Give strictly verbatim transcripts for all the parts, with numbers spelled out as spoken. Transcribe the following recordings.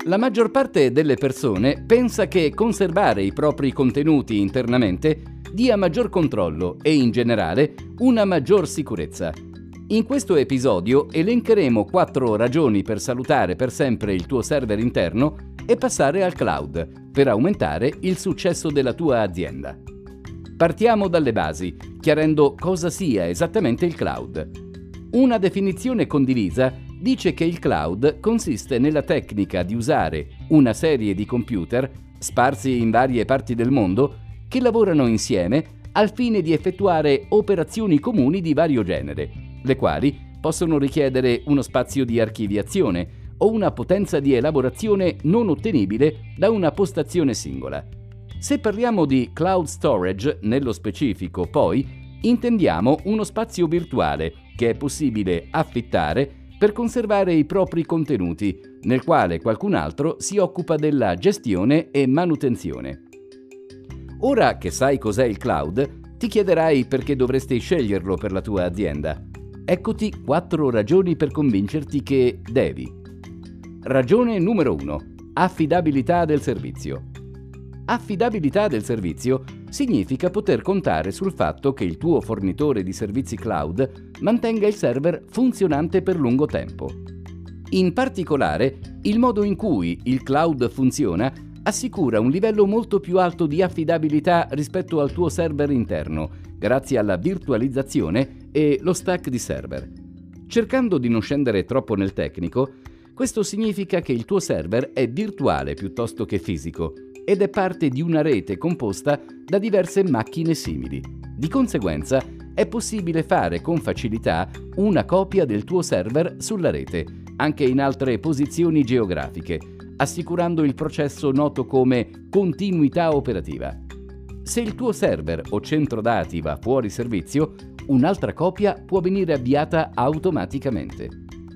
La maggior parte delle persone pensa che conservare i propri contenuti internamente dia maggior controllo e, in generale, una maggior sicurezza. In questo episodio elencheremo quattro ragioni per salutare per sempre il tuo server interno e passare al cloud per aumentare il successo della tua azienda. Partiamo dalle basi, chiarendo cosa sia esattamente il cloud. Una definizione condivisa dice che il cloud consiste nella tecnica di usare una serie di computer sparsi in varie parti del mondo che lavorano insieme al fine di effettuare operazioni comuni di vario genere, le quali possono richiedere uno spazio di archiviazione o una potenza di elaborazione non ottenibile da una postazione singola. Se parliamo di cloud storage, nello specifico, poi, intendiamo uno spazio virtuale che è possibile affittare per conservare i propri contenuti, nel quale qualcun altro si occupa della gestione e manutenzione. Ora che sai cos'è il cloud, ti chiederai perché dovresti sceglierlo per la tua azienda. Eccoti quattro ragioni per convincerti che devi. Ragione numero uno. Affidabilità del servizio. Affidabilità del servizio significa poter contare sul fatto che il tuo fornitore di servizi cloud mantenga il server funzionante per lungo tempo. In particolare, il modo in cui il cloud funziona assicura un livello molto più alto di affidabilità rispetto al tuo server interno, grazie alla virtualizzazione e lo stack di server. Cercando di non scendere troppo nel tecnico, questo significa che il tuo server è virtuale piuttosto che fisico ed è parte di una rete composta da diverse macchine simili. Di conseguenza, è possibile fare con facilità una copia del tuo server sulla rete, anche in altre posizioni geografiche, assicurando il processo noto come continuità operativa. Se il tuo server o centro dati va fuori servizio, un'altra copia può venire avviata automaticamente.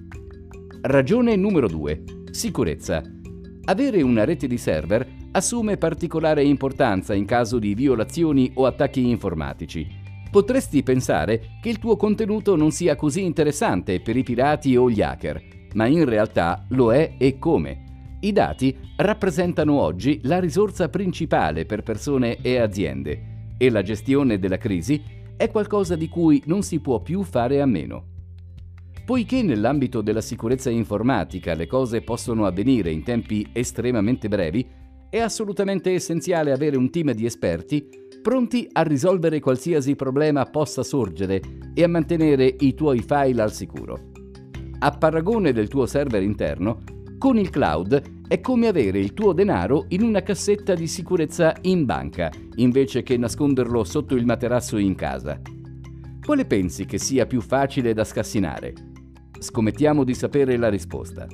Ragione numero due. Sicurezza. Avere una rete di server assume particolare importanza in caso di violazioni o attacchi informatici. Potresti pensare che il tuo contenuto non sia così interessante per i pirati o gli hacker, ma in realtà lo è e come. I dati rappresentano oggi la risorsa principale per persone e aziende, e la gestione della crisi è qualcosa di cui non si può più fare a meno. Poiché nell'ambito della sicurezza informatica le cose possono avvenire in tempi estremamente brevi, è assolutamente essenziale avere un team di esperti pronti a risolvere qualsiasi problema possa sorgere e a mantenere i tuoi file al sicuro. A paragone del tuo server interno, con il cloud è come avere il tuo denaro in una cassetta di sicurezza in banca, invece che nasconderlo sotto il materasso in casa. Quale pensi che sia più facile da scassinare? Scommettiamo di sapere la risposta.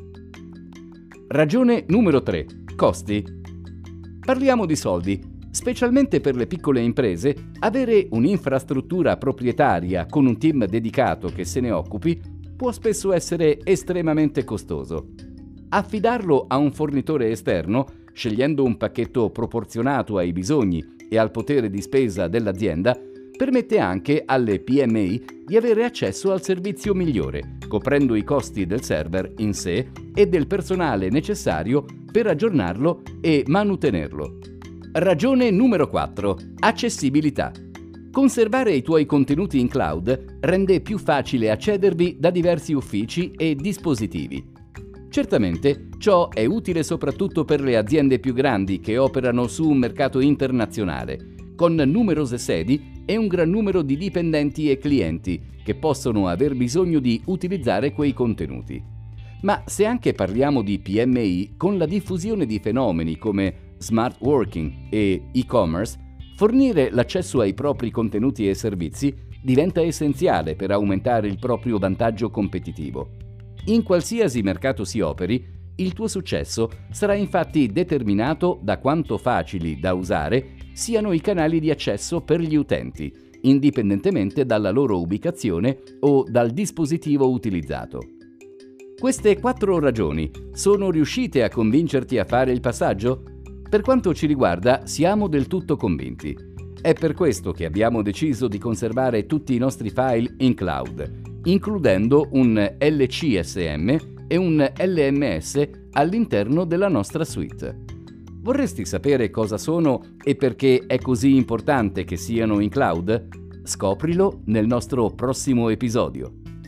Ragione numero tre. Costi. Parliamo di soldi. Specialmente per le piccole imprese, avere un'infrastruttura proprietaria con un team dedicato che se ne occupi può spesso essere estremamente costoso. Affidarlo a un fornitore esterno, scegliendo un pacchetto proporzionato ai bisogni e al potere di spesa dell'azienda, permette anche alle P M I di avere accesso al servizio migliore, coprendo i costi del server in sé e del personale necessario per aggiornarlo e manutenerlo. Ragione numero quattro. Accessibilità. Conservare i tuoi contenuti in cloud rende più facile accedervi da diversi uffici e dispositivi. Certamente, ciò è utile soprattutto per le aziende più grandi che operano su un mercato internazionale, con numerose sedi e un gran numero di dipendenti e clienti che possono aver bisogno di utilizzare quei contenuti. Ma se anche parliamo di P M I, con la diffusione di fenomeni come smart working e e-commerce, fornire l'accesso ai propri contenuti e servizi diventa essenziale per aumentare il proprio vantaggio competitivo. In qualsiasi mercato si operi, il tuo successo sarà infatti determinato da quanto facili da usare siano i canali di accesso per gli utenti, indipendentemente dalla loro ubicazione o dal dispositivo utilizzato. Queste quattro ragioni sono riuscite a convincerti a fare il passaggio? Per quanto ci riguarda, siamo del tutto convinti. È per questo che abbiamo deciso di conservare tutti i nostri file in cloud, includendo un L C S M e un L M S all'interno della nostra suite. Vorresti sapere cosa sono e perché è così importante che siano in cloud? Scoprilo nel nostro prossimo episodio.